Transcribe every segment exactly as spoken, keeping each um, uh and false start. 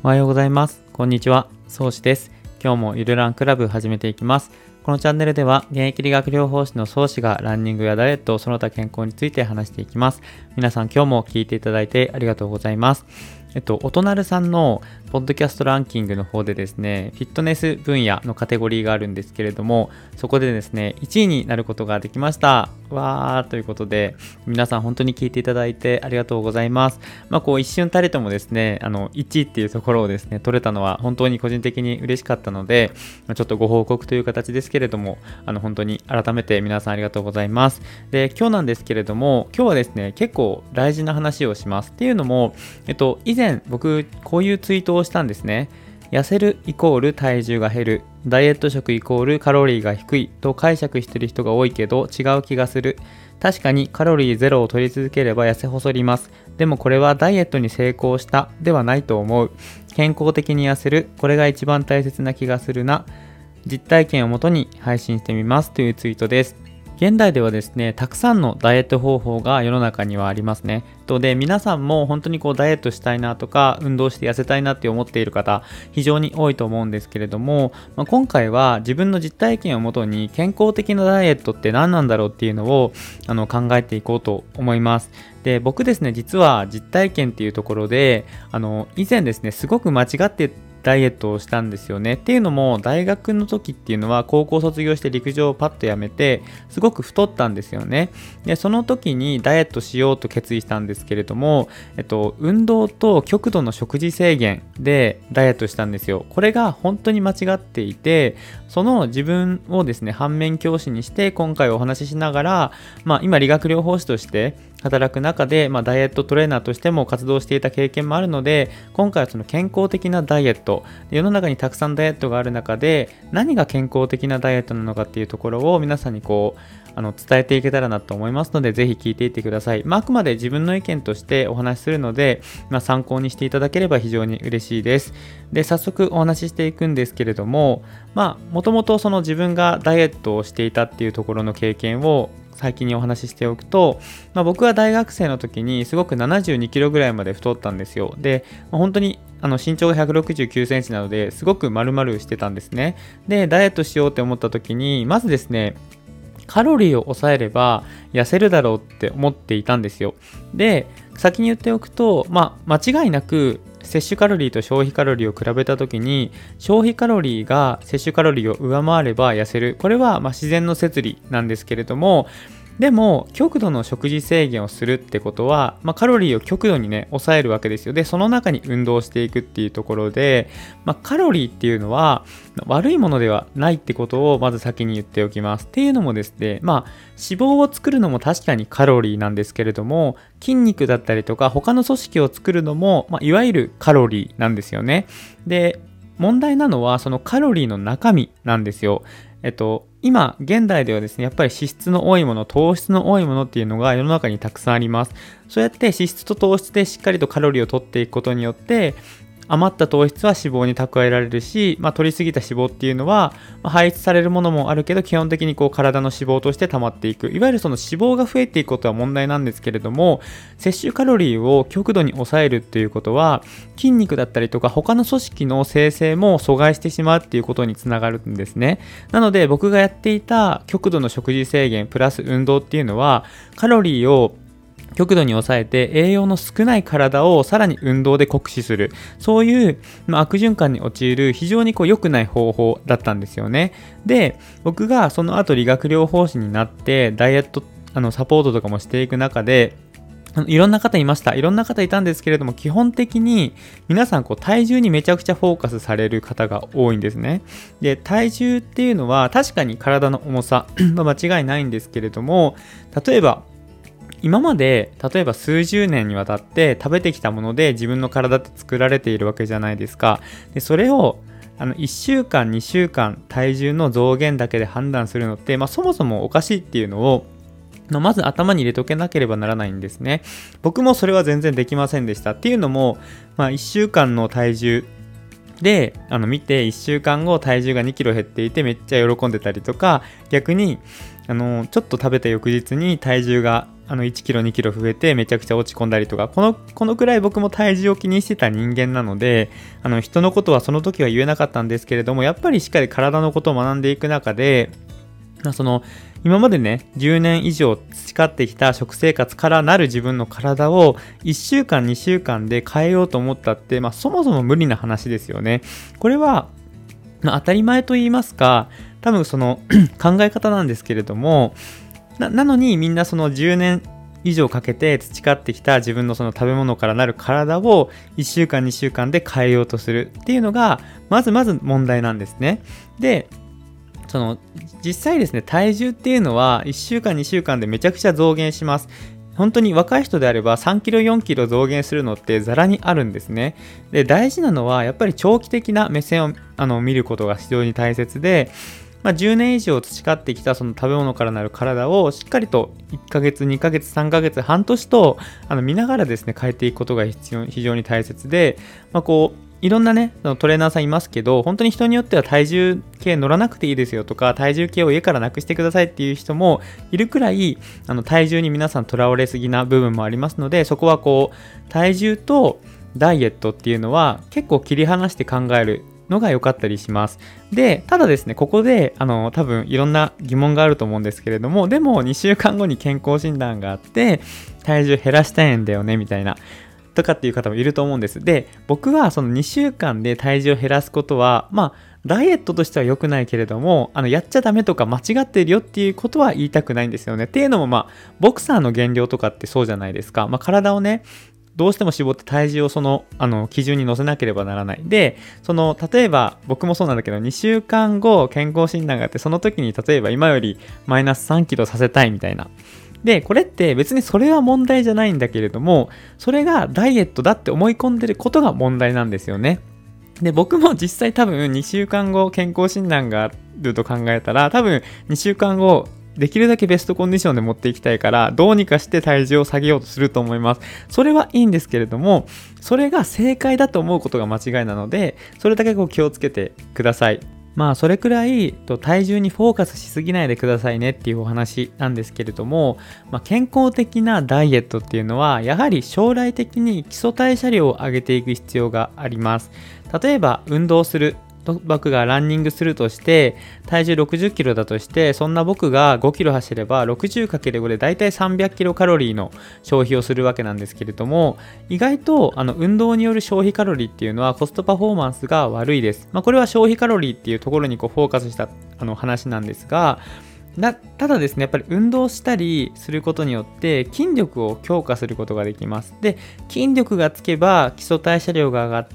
おはようございます。こんにちは。そうしです。今日もゆるランクラブ始めていきます。このチャンネルでは現役理学療法士のそうしがランニングやダイエット、その他健康について話していきます。皆さん今日も聞いていただいてありがとうございます。えっと、おとなるさんのポッドキャストランキングの方でですね、フィットネス分野のカテゴリーがあるんですけれども、そこでですね、いちいになることができました。わーということで、皆さん本当に聞いていただいてありがとうございます。まあ、こう一瞬たりともですね、あの、いちいっていうところをですね、取れたのは本当に個人的に嬉しかったので、ちょっとご報告という形ですけれども、あの、本当に改めて皆さんありがとうございます。で、今日なんですけれども、今日はですね、結構大事な話をします。っていうのも、えっと、以前僕、こういうツイートをしたんですね。痩せるイコール体重が減る、ダイエット食イコールカロリーが低いと解釈している人が多いけど違う気がする。確かにカロリーゼロを取り続ければ痩せ細ります。でもこれはダイエットに成功したではないと思う。健康的に痩せる、これが一番大切な気がするな。実体験をもとに配信してみますというツイートです。現代ではですね、たくさんのダイエット方法が世の中にはありますね。とで、皆さんも本当にこうダイエットしたいなとか、運動して痩せたいなって思っている方、非常に多いと思うんですけれども、まあ、今回は自分の実体験をもとに健康的なダイエットって何なんだろうっていうのをあの考えていこうと思います。で、僕ですね、実は実体験っていうところで、あの以前ですね、すごく間違ってダイエットをしたんですよね。っていうのも大学の時っていうのは高校卒業して陸上をパッとやめてすごく太ったんですよね。でその時にダイエットしようと決意したんですけれども、えっと、運動と極度の食事制限でダイエットしたんですよ。これが本当に間違っていて、その自分をですね反面教師にして今回お話ししながら、まあ、今理学療法士として働く中で、まあ、ダイエットトレーナーとしても活動していた経験もあるので、今回はその健康的なダイエット、世の中にたくさんダイエットがある中で何が健康的なダイエットなのかっていうところを皆さんにこうあの伝えていけたらなと思いますので、ぜひ聞いていってください。まあ、あくまで自分の意見としてお話しするので、まあ、参考にしていただければ非常に嬉しいです。で、早速お話ししていくんですけれども、まあもともとその自分がダイエットをしていたっていうところの経験を先にお話ししておくと、まあ、僕は大学生の時にすごくななじゅうにキロぐらいまで太ったんですよ。で、まあ、本当にあの身長がひゃくろくじゅうきゅうセンチなのですごく丸々してたんですね。で、ダイエットしようって思った時にまずですね、カロリーを抑えれば痩せるだろうって思っていたんですよ。で、先に言っておくと、まあ、間違いなく摂取カロリーと消費カロリーを比べたときに、消費カロリーが摂取カロリーを上回れば痩せる。これはまあ自然の摂理なんですけれども、でも極度の食事制限をするってことは、まあ、カロリーを極度にね抑えるわけですよ。で、その中に運動していくっていうところで、まあ、カロリーっていうのは悪いものではないってことをまず先に言っておきます。っていうのもですね、まあ脂肪を作るのも確かにカロリーなんですけれども、筋肉だったりとか他の組織を作るのも、まあ、いわゆるカロリーなんですよね。で、問題なのはそのカロリーの中身なんですよ。えっと、今現代ではですね、やっぱり脂質の多いもの、糖質の多いものっていうのが世の中にたくさんあります。そうやって脂質と糖質でしっかりとカロリーを取っていくことによって、余った糖質は脂肪に蓄えられるし、まあ、取りすぎた脂肪っていうのは、まあ、排出されるものもあるけど、基本的にこう体の脂肪として溜まっていく。いわゆるその脂肪が増えていくことは問題なんですけれども、摂取カロリーを極度に抑えるっていうことは、筋肉だったりとか他の組織の生成も阻害してしまうっていうことにつながるんですね。なので僕がやっていた極度の食事制限プラス運動っていうのは、カロリーを極度に抑えて栄養の少ない体をさらに運動で酷使する、そういう、まあ、悪循環に陥る非常にこう良くない方法だったんですよね。で、僕がその後理学療法士になってダイエットあのサポートとかもしていく中で、いろんな方いました。いろんな方いたんですけれども、基本的に皆さんこう体重にめちゃくちゃフォーカスされる方が多いんですね。で、体重っていうのは確かに体の重さは間違いないんですけれども、例えば今まで例えば数十年にわたって食べてきたもので自分の体って作られているわけじゃないですか。で、それをあのいっしゅうかんにしゅうかん体重の増減だけで判断するのって、まあ、そもそもおかしいっていうのをまず頭に入れとけなければならないんですね。僕もそれは全然できませんでした。っていうのも、まあ、いっしゅうかんの体重であの見ていっしゅうかんご体重がにキロ減っていてめっちゃ喜んでたりとか、逆にあのちょっと食べた翌日に体重があのいちキロにキロ増えてめちゃくちゃ落ち込んだりとか、このこのくらい僕も体重を気にしてた人間なので、あの人のことはその時は言えなかったんですけれども、やっぱりしっかり体のことを学んでいく中で、その今までねじゅうねん以上培ってきた食生活からなる自分の体をいっしゅうかんにしゅうかんで変えようと思ったって、まあ、そもそも無理な話ですよね。これは、まあ、当たり前と言いますか、多分その考え方なんですけれども、な, なのにみんなそのじゅうねん以上かけて培ってきた自分のその食べ物からなる体をいっしゅうかんにしゅうかんで変えようとするっていうのがまずまず問題なんですね。で、その実際ですね、体重っていうのはいっしゅうかんにしゅうかんでめちゃくちゃ増減します。本当に若い人であればさんキロよんキロ増減するのってザラにあるんですね。で、大事なのはやっぱり長期的な目線をあの見ることが非常に大切で、まあ、じゅうねん以上培ってきたその食べ物からなる体をしっかりといっかげつにかげつさんかげつ半年とあの見ながらですね変えていくことが必要非常に大切で、まあ、こういろんなねそのトレーナーさんいますけど、本当に人によっては体重計乗らなくていいですよとか、体重計を家からなくしてくださいっていう人もいるくらい、あの体重に皆さんとらわれすぎな部分もありますので、そこはこう体重とダイエットっていうのは結構切り離して考えるのが良かったりします。で、ただですね、ここであの多分いろんな疑問があると思うんですけれども、でもにしゅうかんごに健康診断があって体重減らしたいんだよねみたいなとかっていう方もいると思うんです。で、僕はそのにしゅうかんで体重を減らすことはまあダイエットとしては良くないけれども、あのやっちゃダメとか間違ってるよっていうことは言いたくないんですよね。っていうのもまあボクサーの減量とかってそうじゃないですか。まあ体をねどうしても絞って体重をそのあの基準に乗せなければならない。で、その例えば僕もそうなんだけどにしゅうかんご健康診断があって、その時に例えば今よりマイナスさんキロさせたいみたいな。で、これって別にそれは問題じゃないんだけれども、それがダイエットだって思い込んでることが問題なんですよね。で、僕も実際多分にしゅうかんご健康診断があると考えたら、多分にしゅうかんごできるだけベストコンディションで持っていきたいから、どうにかして体重を下げようとすると思います。それはいいんですけれども、それが正解だと思うことが間違いなので、それだけこう気をつけてください。まあそれくらい体重にフォーカスしすぎないでくださいねっていうお話なんですけれども、まあ、健康的なダイエットっていうのはやはり将来的に基礎代謝量を上げていく必要があります。例えば運動する、僕がランニングするとして体重ろくじゅっキロだとして、そんな僕がごキロ走れば ろくじゅうかけるご でだいたいさんびゃくキロカロリーの消費をするわけなんですけれども、意外とあの運動による消費カロリーっていうのはコストパフォーマンスが悪いです。まあ、これは消費カロリーっていうところにこうフォーカスしたあの話なんですが、なただですね、やっぱり運動したりすることによって筋力を強化することができます。で、筋力がつけば基礎代謝量が上がって、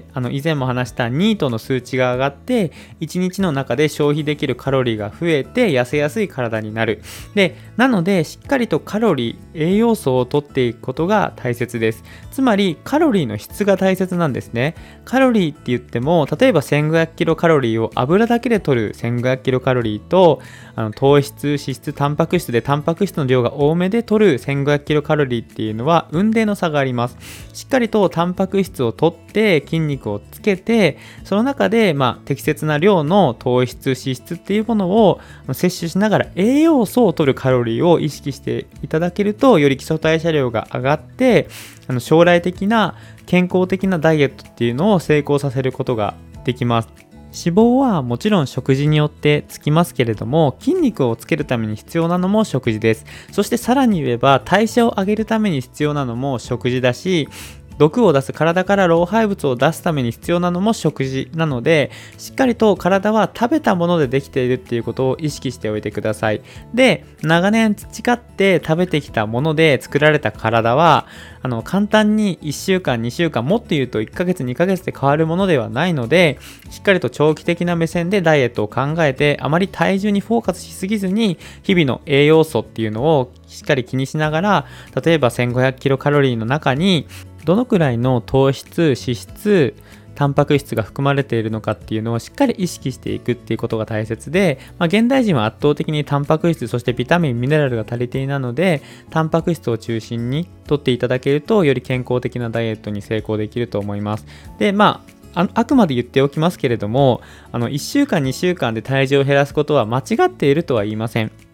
あの以前も話したニートの数値が上がって、いちにちの中で消費できるカロリーが増えて痩せやすい体になる。で、なのでしっかりとカロリー、栄養素を取っていくことが大切です。つまりカロリーの質が大切なんですね。カロリーって言っても、例えばせんごひゃくキロカロリーを油だけで取るせんごひゃくキロカロリーと、あの糖質、脂質、タンパク質でタンパク質の量が多めで取るせんごひゃくキロカロリーっていうのは雲泥の差があります。しっかりとタンパク質を取って筋肉をつけて、その中でまあ適切な量の糖質、脂質っていうものを摂取しながら栄養素を取るカロリーを意識していただけると、より基礎代謝量が上がって、あの将来的な健康的なダイエットっていうのを成功させることができます。脂肪はもちろん食事によってつきますけれども、筋肉をつけるために必要なのも食事です。そしてさらに言えば代謝を上げるために必要なのも食事だし、毒を出す、体から老廃物を出すために必要なのも食事なので、しっかりと体は食べたものでできているっていうことを意識しておいてください。で、長年培って食べてきたもので作られた体は、あの簡単にいっしゅうかん、にしゅうかん、もっと言うといっかげつ、にかげつで変わるものではないので、しっかりと長期的な目線でダイエットを考えて、あまり体重にフォーカスしすぎずに、日々の栄養素っていうのをしっかり気にしながら、例えばせんごひゃくキロカロリーの中にどのくらいの糖質、脂質、タンパク質が含まれているのかっていうのをしっかり意識していくっていうことが大切で、まあ、現代人は圧倒的にタンパク質、そしてビタミン、ミネラルが足りていないので、タンパク質を中心に摂っていただけると、より健康的なダイエットに成功できると思います。で、まああ, あくまで言っておきますけれども、あのいっしゅうかんにしゅうかんで体重を減らすことは間違っているとは言いません。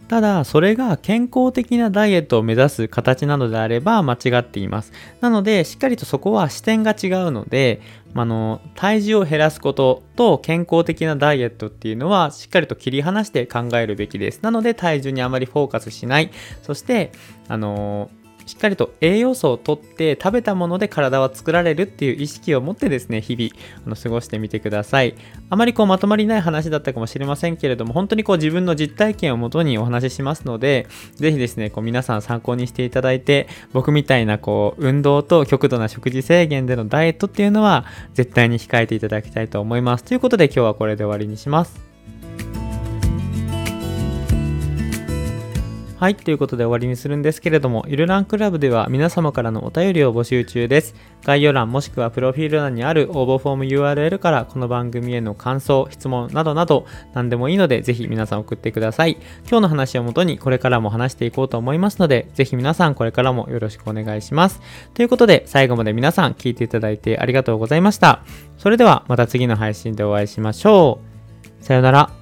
ただ、それが健康的なダイエットを目指す形なのであれば間違っています。なので、しっかりとそこは視点が違うので、あの、体重を減らすことと健康的なダイエットっていうのはしっかりと切り離して考えるべきです。なので、体重にあまりフォーカスしない。そして、あのしっかりと栄養素をとって食べたもので体は作られるっていう意識を持ってですね、日々あの過ごしてみてください。あまりこうまとまりない話だったかもしれませんけれども、本当にこう自分の実体験をもとにお話ししますので、ぜひですね、こう皆さん参考にしていただいて、僕みたいなこう運動と極度な食事制限でのダイエットっていうのは絶対に控えていただきたいと思います。ということで今日はこれで終わりにします。はい、ということで終わりにするんですけれども、ゆるランクラブでは皆様からのお便りを募集中です。概要欄もしくはプロフィール欄にある応募フォーム ユーアールエル からこの番組への感想、質問などなど何でもいいのでぜひ皆さん送ってください。今日の話をもとにこれからも話していこうと思いますので、ぜひ皆さんこれからもよろしくお願いします。ということで最後まで皆さん聞いていただいてありがとうございました。それではまた次の配信でお会いしましょう。さよなら。